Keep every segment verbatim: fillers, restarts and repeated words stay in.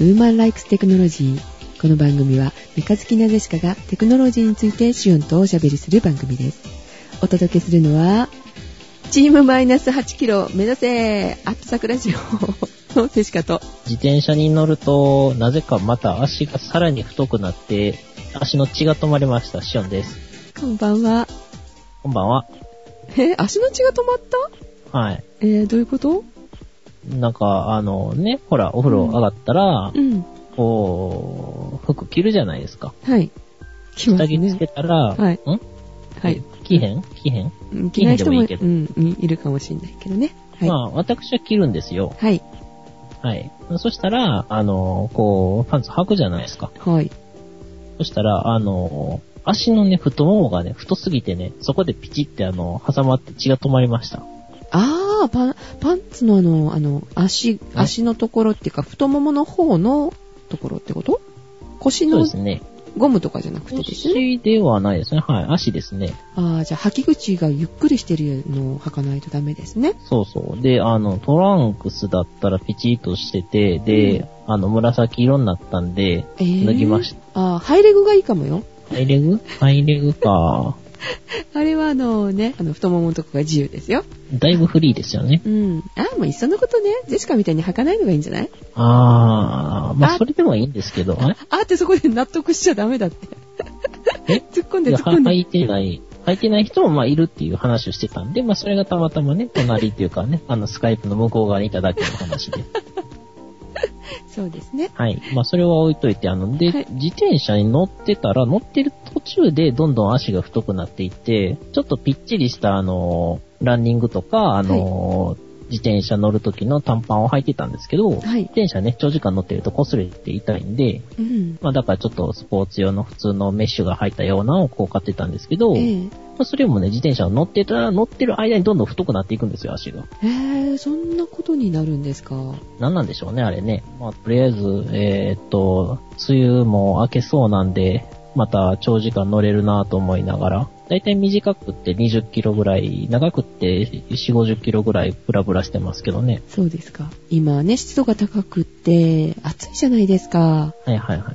ウーマンライクステクノロジー。この番組はメカ好きなジェシカがテクノロジーについてシオンとおしゃべりする番組です。お届けするのはチームマイナスはちキロ目指せアットサクラジオのジェシカと、 自転車に乗るとなぜかまた足がさらに太くなって足の血が止まりましたシオンです。 こんばんは。 こんばんは。 え、足の血が止まった？ はい。 えー、どういうこと？ なんかあのね、ほらお風呂上がったら、 うん、 こう服着るじゃないですか。 はい。着ますね。 下着つけたら、 はい。 ん？ はい。 着へん？着へん？ うん、着ない人もいいけど、うん、いるかもしれないけどね。はい。 まあ私は着るんですよ。 はい。 はい。そしたらあのこうパンツ履くじゃないですか。 はい。 そしたらあの足のね太ももがね太すぎてね、そこでピチってあの挟まって血が止まりました。 ああ、パン、パンツのあの、あの、足、足のところっていうか、太ももの方のところってこと？腰のそうですね。 ゴムとかじゃなくてですね。 腰ではないですね。はい、足ですね。 ああ、じゃあ履き口がゆっくりしてるのを履かないとダメですね。 そうそう。で、あの、トランクスだったらピチッとしてて、で、うん、あの、紫色になったんで、えー、脱ぎました。 ああ、ハイレグがいいかもよ。 ハイレグ？ハイレグか。 あれはあのね、あの太もものとこが自由ですよ。 だいぶフリーですよね。 うん。ああ、もういっそのことね、ジェシカみたいに履かないのがいいんじゃない？ ああ、まあそれでもいいんですけど。 ああってそこで納得しちゃダメだって。 え突っ込んで突っ込んで。 履いてない、履いてない人もまあいるっていう話をしてたんで、まあそれがたまたまね、隣っていうかね、あのスカイプの向こう側にいただけの話で。 そうですね。 はい。まあそれは置いといて、あの、で、はい、自転車に乗ってたら、乗ってる途中でどんどん足が太くなっていって、ちょっとぴっちりしたあの、ランニングとか、あの、はい、自転車乗る時の短パンを履いてたんですけど、はい、自転車ね、長時間乗ってると擦れて痛いんで、うん、まあだからちょっとスポーツ用の普通のメッシュが入ったようなのをこう買ってたんですけど、えーまあ、それもね、自転車を乗ってたら、乗ってる間にどんどん太くなっていくんですよ、足が。 へー、そんなことになるんですか。 なんなんでしょうね、あれね。まあ、とりあえず、えー、っと、梅雨も明けそうなんで、また長時間乗れるなと思いながら、だいたい短くってにじゅっキロぐらい、長くってよんじゅう、ごじゅっキロぐらいブラブラしてますけどね。 そうですか。今ね、湿度が高くって暑いじゃないですか。 はいはいはい。 うん、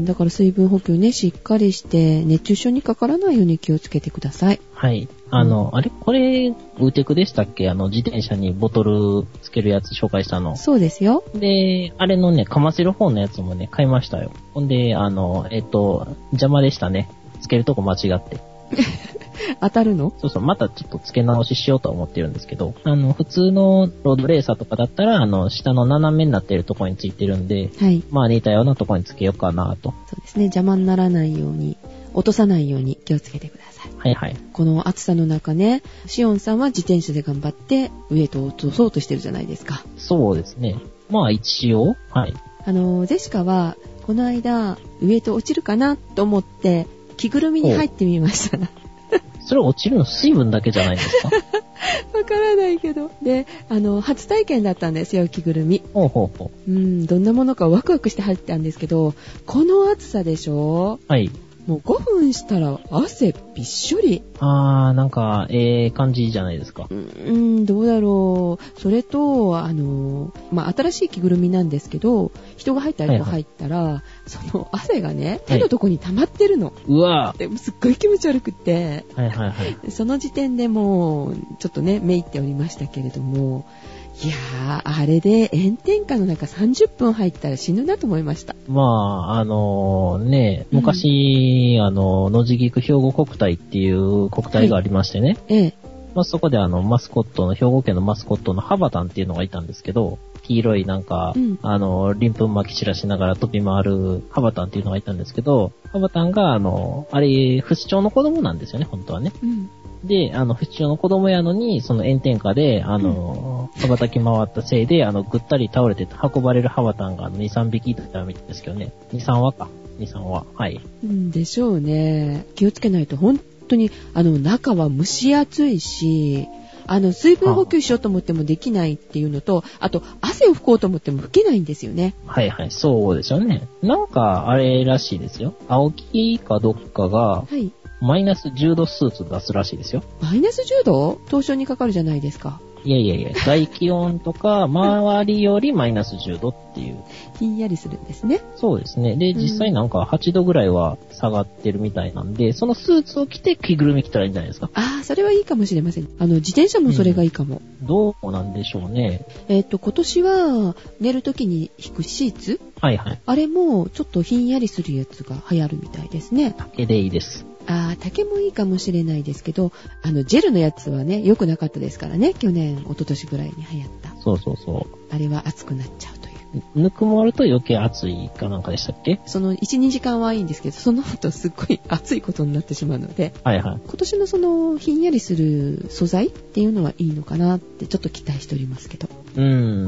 だから水分補給ね、しっかりして熱中症にかからないように気をつけてください。 はい。あの、うん、あれこれ、ウーテクでしたっけ？あの、自転車にボトルつけるやつ紹介したの。 そうですよ。 で、あれのね、かませる方のやつもね、買いましたよ。ほんで、あの、えっと、邪魔でしたね。つけるとこ間違って。 当たるの？ そうそう、またちょっと付け直ししようとは思ってるんですけど、あの、普通のロードレーサーとかだったら、あの、下の斜めになっているところについてるんで、はい。まあ似たようなところに付けようかなと。 そうですね、邪魔にならないように、落とさないように気をつけてください。 はいはい。 この暑さの中ね、シオンさんは自転車で頑張ってウエイトを落とそうとしてるじゃないですか。 そうですね。まあ一応、はい。 あの、ジェシカは、この間、ウエイト落ちるかなと思って、着ぐるみに入ってみました。 それ落ちるの水分だけじゃないですか？ わからないけど。で、あの、初体験だったんですよ、着ぐるみ。 ほうほうほう。うん、どんなものかワクワクして入ったんですけど、この暑さでしょ？ はい。 もうごふんしたら汗びっしょり。 あー、なんか、ええ感じじゃないですか。 うーん、どうだろう。それと、あの、まあ、新しい着ぐるみなんですけど、人が入ったら入ったら、はいはい、その汗がね、手のとこに溜まってるの。はい、うわでもすっごい気持ち悪くって、 はいはいはい。 その時点でもう、ちょっとね、めいっておりましたけれども、いやー、あれで炎天下の中さんじゅっぷん入ったら死ぬなと思いました。 まあ、あのー、ね、昔、うん、あの、野地菊兵庫国体っていう国体がありましてね。はい、ええ。まあ、そこであの、マスコットの、兵庫県のマスコットのハバタンっていうのがいたんですけど、黄色いなんか、うん、あの、鱗粉巻き散らしながら飛び回るハバタンっていうのがいたんですけど、ハバタンがあの、あれ、不死鳥の子供なんですよね、本当はね。うんで、あの、不死鳥の子供やのに、その炎天下で、あの、羽ばたき回ったせいで、あの、ぐったり倒れて運ばれるハバタンがに、さんびきいたみたいですけどね。に、さんわか。に、さんわ。はい。 うんでしょうね。気をつけないと、本当に、あの、中は蒸し暑いし、あの、水分補給しようと思ってもできないっていうのと、あと、汗を拭こうと思っても拭けないんですよね。 はいはい、そうですよね。なんか、あれらしいですよ。青木かどっかが、はい。マイナスじゅうどスーツ出すらしいですよ。 マイナスじゅうど？凍傷にかかるじゃないですか。 いやいやいや、外気温とか、周りよりマイナスじゅうどっていう。 ひんやりするんですね。 そうですね。で、実際なんかはちどぐらいは下がってるみたいなんで、そのスーツを着て着ぐるみ着たらいいんじゃないですか。 ああ、それはいいかもしれません。あの、自転車もそれがいいかも。 うん、どうなんでしょうね。 えっと、今年は、寝るときに引くシーツ？ はいはい。 あれも、ちょっとひんやりするやつが流行るみたいですね。 竹でいいです。 ああ、竹もいいかもしれないですけど、あの、ジェルのやつはね、良くなかったですからね。去年、一昨年ぐらいに流行った。 そうそうそう。 あれは熱くなっちゃうという。 ぬくもると余計暑いかなんかでしたっけ？ そのいち、にじかんはいいんですけど、その後すっごい暑いことになってしまうので、 はいはい。 今年のそのひんやりする素材っていうのはいいのかなってちょっと期待しておりますけど。 うん、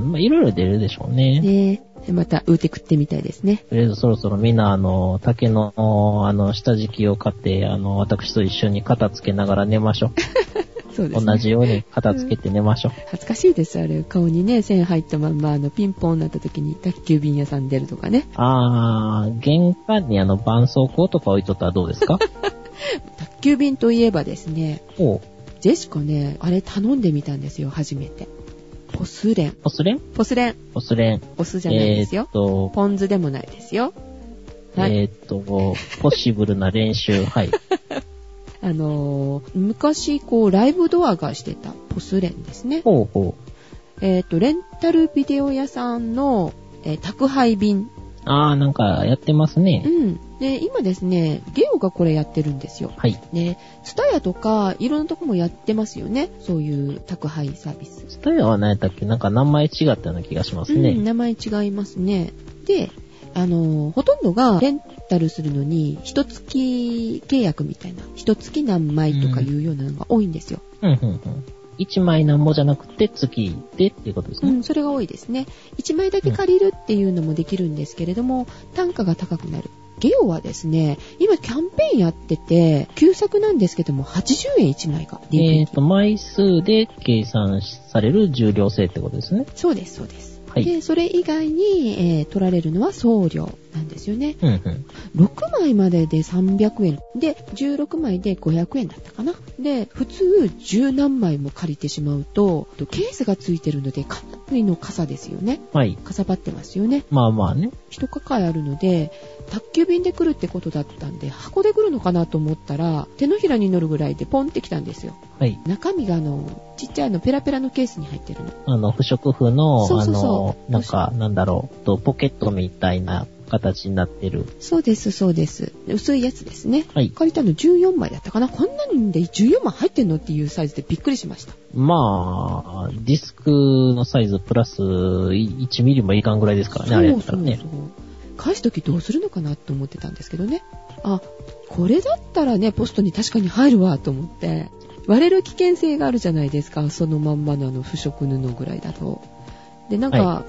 まあいろいろ出るでしょうね。 ねえ、またウーテクってみたいですね。 とりあえずそろそろみんなあの、竹のあの、下敷きを買って、あの、私と一緒に肩つけながら寝ましょう。 そうですね。 同じように肩つけて寝ましょう。 うん、恥ずかしいです、あれ。顔にね、線入ったまんま、あの、ピンポンになった時に宅急便屋さん出るとかね。 あー、玄関にあの、絆創膏とか置いとったらどうですか？ 宅急便といえばですね、 おジェシカね、あれ頼んでみたんですよ、初めて。ポスレン。 ポスレンポスレン。 ポスレン。 お酢じゃないですよ。 えー、っと、 ポン酢でもないですよ。 はい、えー、っと、ポッシブルな練習、はい。 あのー、昔、こう、ライブドアがしてたポスレンですね。 ほうほう。えっと、レンタルビデオ屋さんの、えー、宅配便。 あー、なんかやってますね。 うん。で、今ですね、ゲオがこれやってるんですよ。 はい。 ね、ツタヤとか、いろんなとこもやってますよね。そういう宅配サービス。 ツタヤは何やったっけ？なんか名前違ったような気がしますね。 うん、名前違いますね。で、あのー、ほとんどがレンタルするのに、一月契約みたいな、一月何枚とかいうようなのが多いんですよ。 うん、うん、うん。一枚なんぼじゃなくて月でっていうことですね。 うん、それが多いですね。一枚だけ借りるっていうのもできるんですけれども、単価が高くなる。ゲオはですね、今キャンペーンやってて、旧作なんですけども、はちじゅうえんいちまいが。 えっと、枚数で計算される重量制ってことですね。 そうです、そうです。 はい、 で、それ以外に、えー、取られるのは送料なんですよね。 うんうん、 ろくまいまででさんびゃくえんで、じゅうろくまいでごひゃくえんだったかな。で、普通じゅうなんまいも借りてしまうと、ケースがついてるのでかなりの傘ですよね。 はい。 かさばってますよね。 まあまあね。 一抱えあるので、宅急便で来るってことだったんで、箱で来るのかなと思ったら、手のひらに乗るぐらいでポンってきたんですよ。 はい。 中身があの、ちっちゃいのペラペラのケースに入ってるの。 あの、不織布の、 そうそうそう、 あの、なんか、なんだろう、とポケットみたいな形になってる。 そうです、そうです。薄いやつですね。 はい。 借りたのじゅうよんまいだったかな。こんなにでじゅうよんまい入ってんのっていうサイズでびっくりしました。 まあ、ディスクのサイズプラスいちミリもいかんぐらいですからね、あれやったらね。そうそうそう。 返すときどうするのかなと思ってたんですけどね。あ、これだったらね、ポストに確かに入るわと思って。割れる危険性があるじゃないですか。そのまんまのあの不織布ぐらいだと。で、なんか、はい、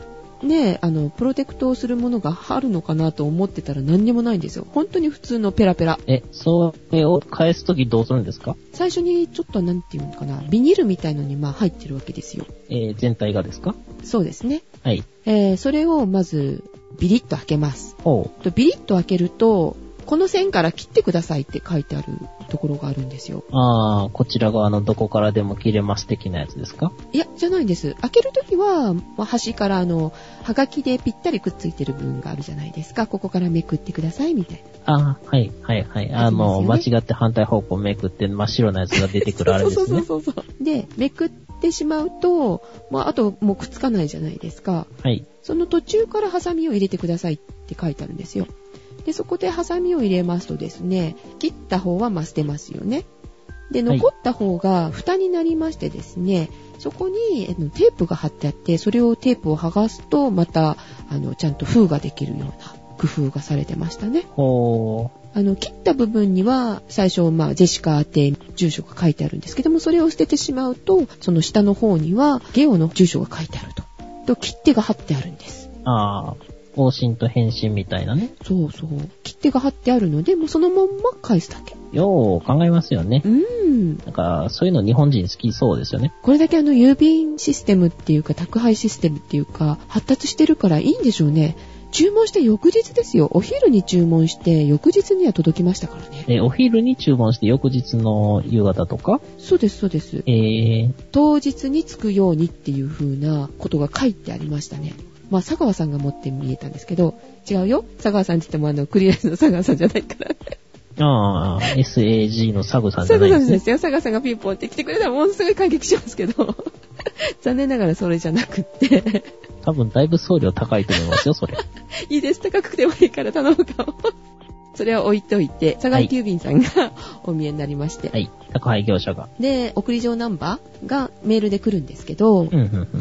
ね、あの、プロテクトをするものがあるのかなと思ってたら何にもないんですよ。本当に普通のペラペラ。 え、それを返すときどうするんですか？ 最初にちょっとなんていうのかな、ビニールみたいのにまあ入ってるわけですよ。 えー、全体がですか？ そうですね。 はい。 えー、それをまず、ビリッと開けます。 ほう。ビリッと開けると、この線から切ってくださいって書いてあるところがあるんですよ。 ああ、こちら側のどこからでも切れます的なやつですか？ いや、じゃないんです。開けるときは、まあ、端からあの、はがきでぴったりくっついてる部分があるじゃないですか。ここからめくってくださいみたいな。ああ、はい、はい、はい。あの、ね、間違って反対方向めくって真っ白なやつが出てくるあれですね。 そうそうそうそう。で、めくってしまうと、まあ、あともうくっつかないじゃないですか。 はい。 その途中からハサミを入れてくださいって書いてあるんですよ。で、そこでハサミを入れますとですね、切った方はまあ捨てますよね。で、残った方が蓋になりましてですね、はい、そこにテープが貼ってあって、それをテープを剥がすと、また、あの、ちゃんと封ができるような工夫がされてましたね。 ほー。 あの、切った部分には、最初、まあ、ジェシカ宛て住所が書いてあるんですけども、それを捨ててしまうと、その下の方には、ゲオの住所が書いてあると。と、切手が貼ってあるんです。 ああ。往診と返信みたいなね。 そうそう。切手が貼ってあるので、もうそのまんま返すだけ。 よう考えますよね。 うん。 なんか、そういうの日本人好きそうですよね。 これだけあの、郵便システムっていうか、宅配システムっていうか、発達してるからいいんでしょうね。 注文して翌日ですよ。お昼に注文して翌日には届きましたからね。 え、お昼に注文して翌日の夕方とか？ そうです、そうです。えー、当日に着くようにっていう風なことが書いてありましたね。まあ、佐川さんが持って見えたんですけど、違うよ。佐川さんって言ってもあの、クリアスの佐川さんじゃないから。 ああ、エスエージー のサグさんじゃないですね。 サグさんですよ。佐川さんがピンポンって来てくれたらものすごい感激しますけど。残念ながらそれじゃなくって。 多分だいぶ送料高いと思いますよ、それ。 いいです。高くてもいいから頼むかも。それは置いといて、佐川急便さんがお見えになりまして。 はい。宅配業者が。 で、送り状ナンバーがメールで来るんですけど、うんうんうん、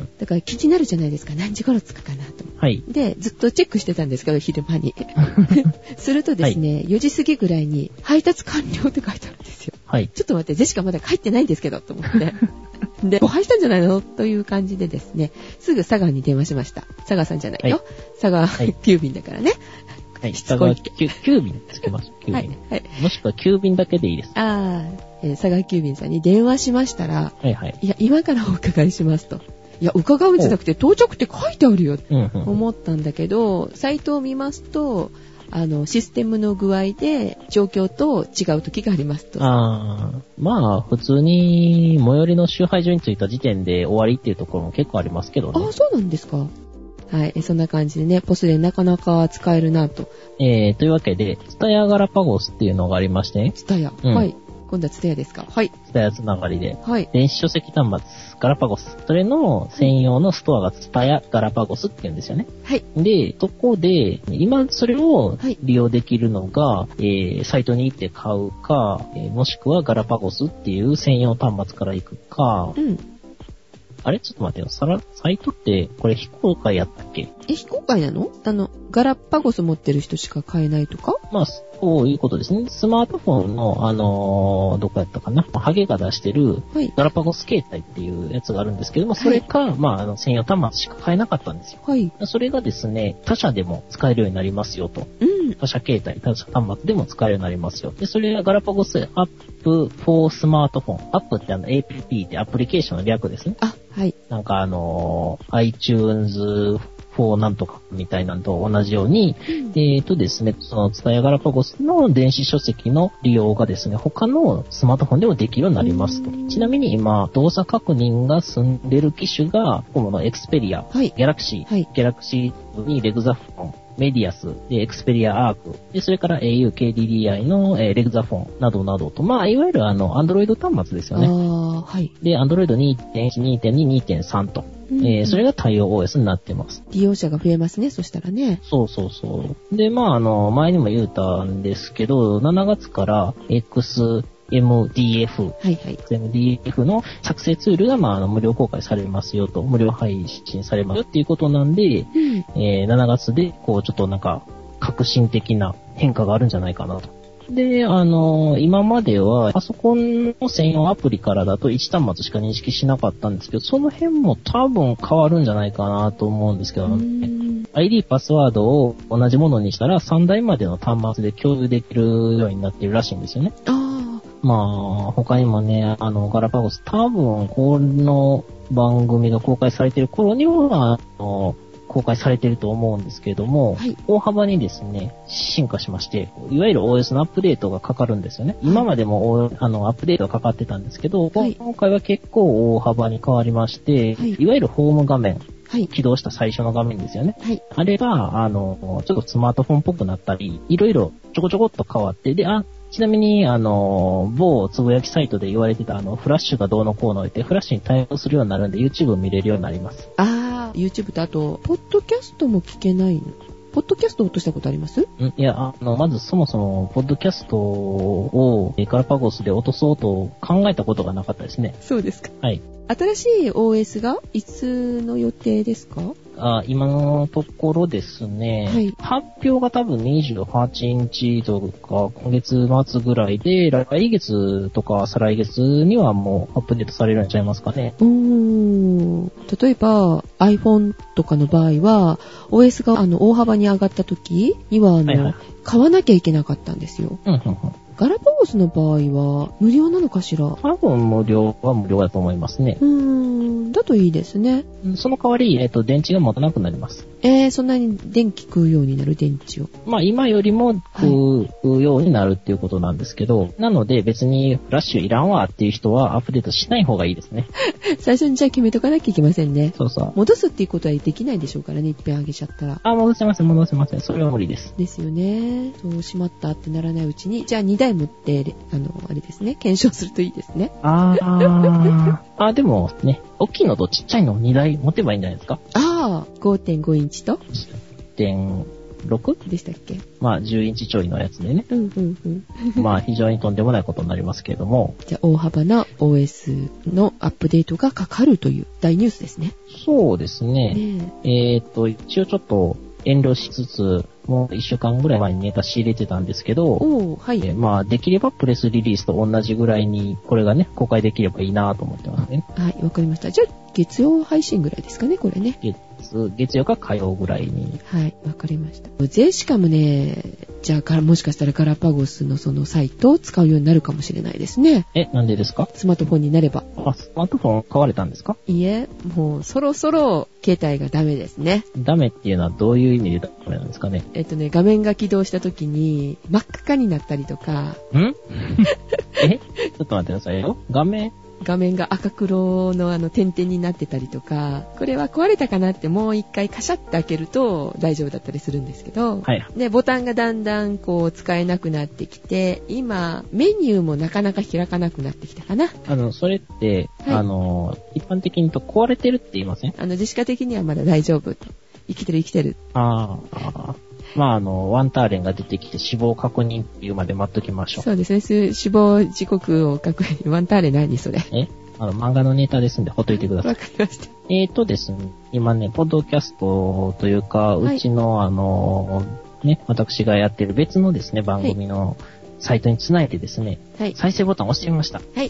だから気になるじゃないですか。何時頃着くかなと。はい。で、ずっとチェックしてたんですけど、昼間に。するとですね、はい、よじ過ぎぐらいに配達完了って書いてあるんですよ。はい。ちょっと待って、ジェシカまだ帰ってないんですけど、と思って。で、誤配したんじゃないのという感じでですね、すぐ佐川に電話しました。佐川さんじゃないよ。はい、佐川、はい、急便だからね。 はい、佐川急便つけます。急便。はい。はい。もしくは急便だけでいいです。 ああ、えー、佐川急便さんに電話しましたら、はいはい。いや、今からお伺いしますと。いや、伺うんじゃなくて到着って書いてあるよ、と思ったんだけど、うんうん、サイトを見ますと、あの、システムの具合で状況と違う時がありますと。 ああ、まあ、普通に最寄りの集配所に着いた時点で終わりっていうところも結構ありますけどね。 ああ、そうなんですか。はい、そんな感じでね、ポスでなかなか使えるなと。 えー、というわけで、ツタヤガラパゴスっていうのがありましてね。 ツタヤ、うん、はい。今度はツタヤですか。はい。 ツタヤつながりで。はい。電子書籍端末、ガラパゴス。それの専用のストアがツタヤガラパゴスって言うんですよね。はい。で、そこで、今それを利用できるのが、はい、えー、サイトに行って買うか、えー、もしくはガラパゴスっていう専用端末から行くか、うん。あれちょっと待ってよ。サラ、サイトって、これ非公開やったっけ？ え、非公開なの？あの、ガラパゴス持ってる人しか買えないとか？ まあ、そういうことですね。スマートフォンの、あのー、どこやったかな？ハゲが出してる、ガラパゴス携帯っていうやつがあるんですけども、はい、それか、まあ、あの、専用端末しか買えなかったんですよ。はい。それがですね、他社でも使えるようになりますよと。うん。他社携帯、他社端末でも使えるようになりますよ。で、それがガラパゴスアップフォースマートフォン。アップってあの エーピーピー ってアプリケーションの略ですね。あ、はい。なんかあのー、iTunes フォーなんとかみたいなのと同じように、うん、えっとですね、そのツタヤガラパゴスの電子書籍の利用がですね、他のスマートフォンでもできるようになりますと。ちなみに今、動作確認が済んでる機種が、このエクスペリア、はい、ギャラクシー、はい、ギャラクシーにレグザフォン、メディアス、で、エクスペリアアーク、で、それから エーユーケーディーディーアイ の、えー、レグザフォンなどなどと、まあ、いわゆるあの、Android 端末ですよね。あはい。で、Android にてんいち、にてんに、にてんさん と、うんうん、えー、それが対応 オーエス になってます。 利用者が増えますね、そしたらね。 そうそうそう。で、まあ、あの、前にも言うたんですけど、しちがつから X、エムディーエフ、はいはい、エムディーエフ の作成ツールが、まあ、あの無料公開されますよと、無料配信されますよっていうことなんで、うん、えー、しちがつで、こう、ちょっとなんか、革新的な変化があるんじゃないかなと。で、あの、今までは、パソコンの専用アプリからだといち端末しか認識しなかったんですけど、その辺も多分変わるんじゃないかなと思うんですけどね。アイディー、パスワードを同じものにしたらさんだいまでの端末で共有できるようになっているらしいんですよね。まあ、他にもね、あの、ガラパゴス、多分、この番組が公開されている頃には、あの、公開されていると思うんですけれども、はい、大幅にですね、進化しまして、いわゆる オーエス のアップデートがかかるんですよね。はい、今までも、あの、アップデートがかかってたんですけど、はい、今回は結構大幅に変わりまして、はい、いわゆるホーム画面、はい、起動した最初の画面ですよね。はい、あれが、あの、ちょっとスマートフォンっぽくなったり、いろいろちょこちょこっと変わって、で、あ、ちなみに、あの、某つぶやきサイトで言われてた、あの、フラッシュがどうのこうの言って、フラッシュに対応するようになるんで、YouTube 見れるようになります。 あー、YouTube とあと、ポッドキャストも聞けないの？ポッドキャストを落としたことあります？んいや、あの、まずそもそも、ポッドキャストを、ガラパゴスで落とそうと考えたことがなかったですね。 そうですか。 はい。 新しい オーエス がいつの予定ですか？ あ今のところですね、はい、発表が多分にじゅうはちにちとか今月末ぐらいで、来月とか再来月にはもうアップデートされるんちゃいますかね。 うーん。例えば iPhone とかの場合は オーエス があの大幅に上がった時にはあの、はいはい、買わなきゃいけなかったんですよ。うんうんうん、ガラパゴスの場合は無料なのかしら？ 多分無料は無料だと思いますね。 うーん。 ん、だといいですね。 その代わり、えっと、電池が持たなくなります。 えー、そんなに電気食うようになる電池を。 まあ、今よりも食うようになるっていうことなんですけど、はい、なので別にフラッシュいらんわっていう人はアップデートしない方がいいですね。 最初にじゃあ決めとかなきゃいけませんね。 そうそう。 戻すっていうことはできないでしょうからね、一遍上げちゃったら。 あ、戻せません、戻せません。それは無理です。 ですよね。そうしまったってならないうちに、じゃあにだい持って、あの、あれですね、検証するといいですね。 あー。あ、でもね、大きいのとちっちゃいのをにだい持てばいいんじゃないですか。 ああ、ごてんご インチといってんろくでしたっけ。 まあじゅうインチちょいのやつでね。 うんうんうん。 まあ非常にとんでもないことになりますけれども。 じゃあ大幅な オーエス のアップデートがかかるという大ニュースですね。 そうですね。 ねええー、っと、一応ちょっと遠慮しつつ、もう一週間ぐらい前にネタ仕入れてたんですけど、 おはい。 えー、まあできればプレスリリースと同じぐらいにこれがね、公開できればいいなと思ってますね。 はい、わかりました。じゃあ月曜配信ぐらいですかね、これね。 月、月曜か火曜ぐらいに。 はい、わかりました。ゼシカもね、じゃあもしかしたらガラパゴスのそのサイトを使うようになるかもしれないですね。 え、なんでですか？ スマートフォンになれば。 あ、スマートフォン買われたんですか？ いいえ、もうそろそろ携帯がダメですね。 ダメっていうのはどういう意味でダメなんですかね？ えっとね、画面が起動した時に真っ赤かになったりとか。 んえちょっと待ってくださいよ。画面画面が赤黒のあの点々になってたりとか、これは壊れたかなってもう一回カシャって開けると大丈夫だったりするんですけど、 はい、 でボタンがだんだんこう使えなくなってきて、今メニューもなかなか開かなくなってきたかな。 あのそれって、はい、あの一般的に言うと壊れてるって言いません？ あのジェシカ的にはまだ大丈夫、生きてる生きてる。 ああ。まあ、あの、ワンターレンが出てきて死亡確認っていうまで待っときましょう。 そうですね。死亡時刻を確認。ワンターレン何それ？ えあの、漫画のネタですんで、ほっといてください。 わかりました。 えーとですね、今ね、ポッドキャストというか、はい、うちの、あの、ね、私がやってる別のですね、番組のサイトにつないでですね、はい、再生ボタンを押してみました。 はい。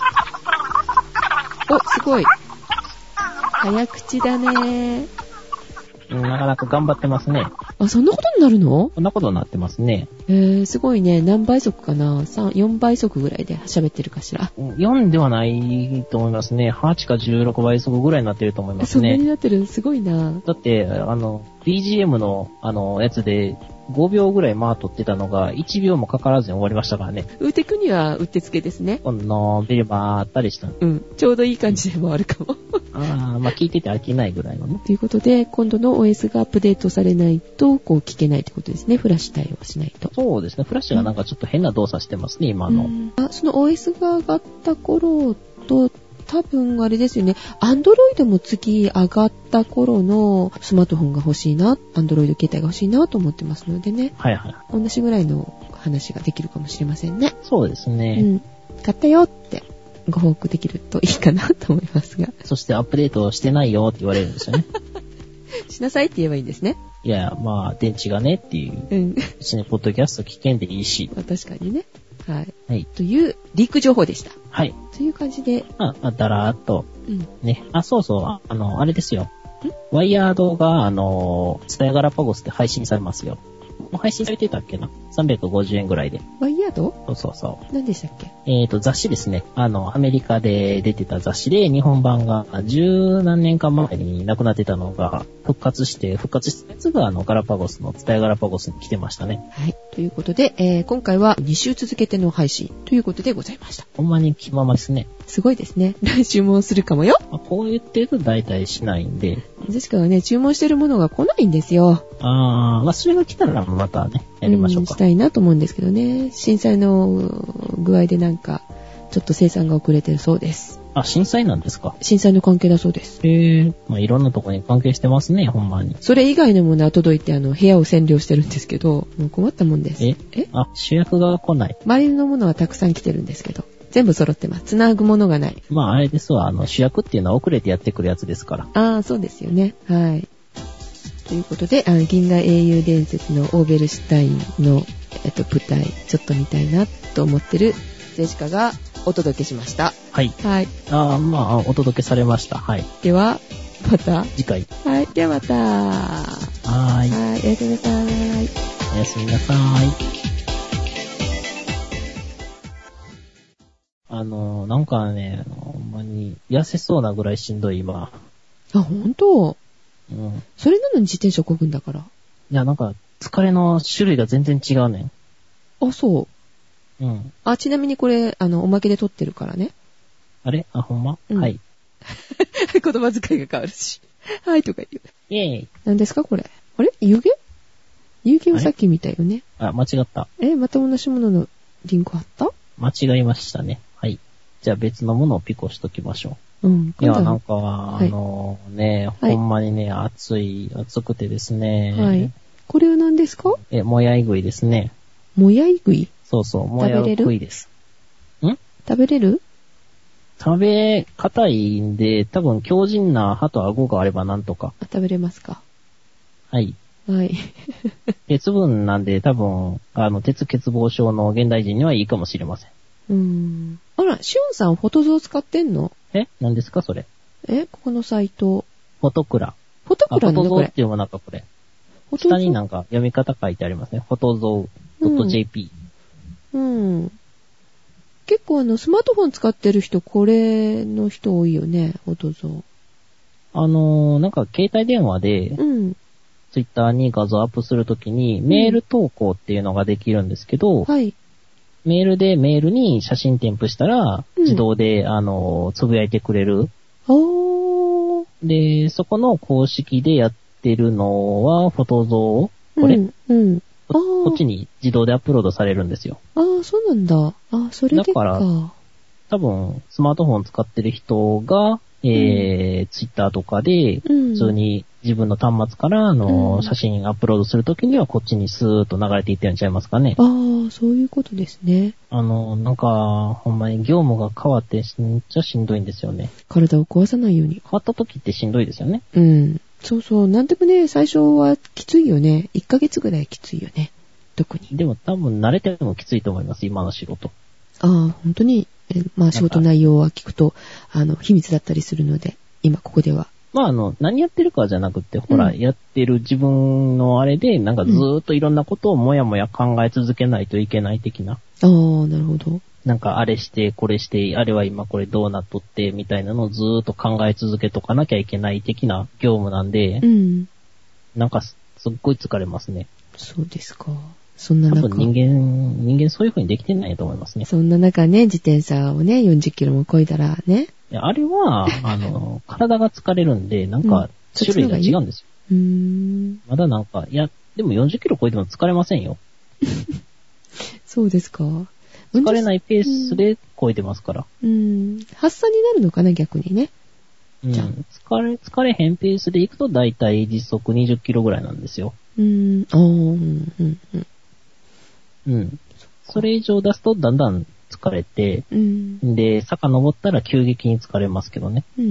お、すごい。早口だね。 なかなか頑張ってますね。 あ、そんなことになるの？ そんなことになってますね。 えー、すごいね。何倍速かな？さん、よんばい速ぐらいで喋ってるかしら。 よんではないと思いますね。はちかじゅうろくばい速ぐらいになってると思いますね。 そんなになってる？すごいな。 だって、あの、ビージーエム の、あの、やつで、ごびょうぐらい回っとってたのがいちびょうもかからずに終わりましたからね。 ウーテクにはうってつけですね。 このビリバーったりした。 うん。ちょうどいい感じで回るかも。 ああ、まあ聞いてて飽きないぐらいのね。 ということで、今度の オーエス がアップデートされないと、こう聞けないってことですね。フラッシュ対応しないと。 そうですね。フラッシュがなんかちょっと変な動作してますね、今の。 うん、あ、その オーエス が上がった頃と、多分あれですよね。アンドロイドも次上がった頃のスマートフォンが欲しいな、アンドロイド携帯が欲しいなと思ってますのでね。 はいはい。 同じぐらいの話ができるかもしれませんね。 そうですね。 うん。買ったよってご報告できるといいかなと思いますが。 そしてアップデートしてないよって言われるんですよね。 しなさいって言えばいいんですね。 いや、まあ、電池がねっていう。うん。別にポッドキャスト危険でいいし。 まあ、確かにね。はい。 はい。 というリーク情報でした。 はい。 という感じで。 あ、あだらーっと。うん。ね。あ、そうそう。あ、あの、あれですよ。ワイヤードが、あの、ツタヤガラパゴスで配信されますよ。もう配信されてたっけな ?さんびゃくごじゅうえんぐらいで。 ワイヤード？ そうそうそう。 何でしたっけ？ えっと、雑誌ですね。あの、アメリカで出てた雑誌で、日本版が十何年間前に亡くなってたのが復活して、復活したやつが、あの、ガラパゴスの、ツタヤガラパゴスに来てましたね。 はい。ということで、えー、今回はに週続けての配信ということでございました。 ほんまに気ままですね。 すごいですね。来週もするかもよ。 まあ、こう言ってると大体しないんで。 ジェシカはね、注文してるものが来ないんですよ。 あー、まあ、それが来たらまたね、やりましょうか。 うん、したいなと思うんですけどね。震災の具合でなんか、ちょっと生産が遅れてるそうです。 あ、震災なんですか？ 震災の関係だそうです。 へー、まあ、いろんなところに関係してますね、ほんまに。 それ以外のものは届いて、あの、部屋を占領してるんですけど、もう困ったもんです。 ええあ、主役が来ない。 周りのものはたくさん来てるんですけど、全部揃ってます。繋ぐものがない。 まあ、あれですわ、あの、主役っていうのは遅れてやってくるやつですから。 ああ、そうですよね。はい。ということで、あの銀河英雄伝説のオーベルシュタインの、えっと、舞台、ちょっと見たいなと思ってるジェシカがお届けしました。 はい。 はい。 ああ、まあ、お届けされました。はい。 では、また次回。 はい。ではまた。 はーい。 はい。おやすみなさい。 おやすみなさい。 あの、なんかね、ほんまに痩せそうなぐらいしんどい今。 あ、ほんと？ うん。 それなのに自転車漕ぐんだから。 いや、なんか、疲れの種類が全然違うねん。 あ、そう。 うん。 あ、ちなみにこれ、あの、おまけで撮ってるからね。 あれあ、ほんま、うん、はい。 言葉遣いが変わるし。はいとか言う。 イェーイ。 何ですかこれ。あれ湯気湯気をさっき見たよね。 あ、間違った。 え、また同じもののリンクあった？ 間違いましたね。はい。じゃあ別のものをピコしときましょう。うん。 いや、なんか、はい、あのー、ね、 はい、 ほんまにね、暑い、暑くてですね。 はい。これは何ですか？ え、もやい食いですね。 もやい食い？ そうそう、もや食いです。 ん？食べれる？ 食べ、硬いんで、多分強靭な歯と顎があればなんとか。 食べれますか？ はい。 はい。 鉄分なんで多分、あの、鉄欠乏症の現代人にはいいかもしれません。 うーん。あら、しおんさんフォトゾー使ってんの？ え？何ですかそれ？ え？ここのサイト。 フォトクラ。 フォトクラのこれ。 フォトゾーっていうものなんかこれ。下になんか読み方書いてありますね。フォトゾー .jp。 うん。うん。結構あの、スマートフォン使ってる人、これの人多いよね、フォトゾー。 あのー、なんか携帯電話で、 うん。 ツイッターに画像アップするときに、メール投稿っていうのができるんですけど、 うん、はい。 メールでメールに写真添付したら、うん、自動で、あのー、つぶやいてくれる。 おー。 で、そこの公式でやってるのは、フォトゾーこれ、うん、 うん。 こ, こっちに自動でアップロードされるんですよ。 ああ、そうなんだ。ああ、それでか。だから、 多分、スマートフォン使ってる人が、えー、うん、ツイッターとかで、普通に自分の端末から、あの、うん、写真アップロードするときには、こっちにスーッと流れていってるんちゃいますかね。 ああ、そういうことですね。 あの、なんか、ほんまに業務が変わってめっちゃしんどいんですよね。 体を壊さないように。 変わったときってしんどいですよね。 うん。そうそう。なんでもね、最初はきついよね。いっかげつぐらいきついよね。特に。 でも多分慣れてもきついと思います、今の仕事。 ああ、本当に、えまあ仕事内容は聞くと、あの、秘密だったりするので、今ここでは。 まああの、何やってるかじゃなくて、ほら、うん、やってる自分のあれで、なんかずーっといろんなことをもやもや考え続けないといけない的な。ああ、なるほど。 なんかあれして、これして、あれは今これどうなっとって、みたいなのをずーっと考え続けとかなきゃいけない的な業務なんで、 うん、 なんかすっごい疲れますね。 そうですか。そんな中。 多分人間、人間そういう風にできてないと思いますね。 そんな中ね、自転車をね、よんじゅっキロも漕いだらね。 いや、あれは、あの、体が疲れるんで、なんか、種類が違うんですよ。 うん、うーん。 まだなんか、いや、でもよんじゅっキロ漕いでも疲れませんよ。 そうですか。 疲れないペースで漕いでますから。 うん。発散になるのかな、逆にね。 うん。疲れ、疲れへんペースで行くと、だいたい時速にじゅっキロぐらいなんですよ。 うーん。ああ、うん、うん、うん。 うん。それ以上出すとだんだん疲れて、うん、で、坂登ったら急激に疲れますけどね。 うん。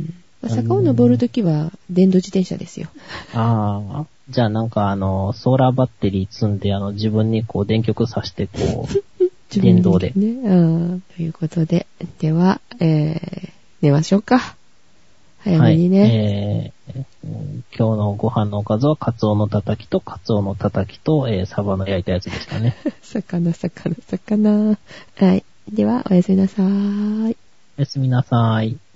まあ、坂を登るときは電動自転車ですよ。 ああ。じゃあなんかあの、ソーラーバッテリー積んで、あの、自分にこう電極さしてこう、電動で。 ね。ああ。ということで、では、えー、寝ましょうか。早めにね。はい、 えー、今日のご飯のおかずはカツオのたたきとカツオのたたきと、えー、サバの焼いたやつでしたね。 魚、魚、魚。はい。では、おやすみなさーい。 おやすみなさーい。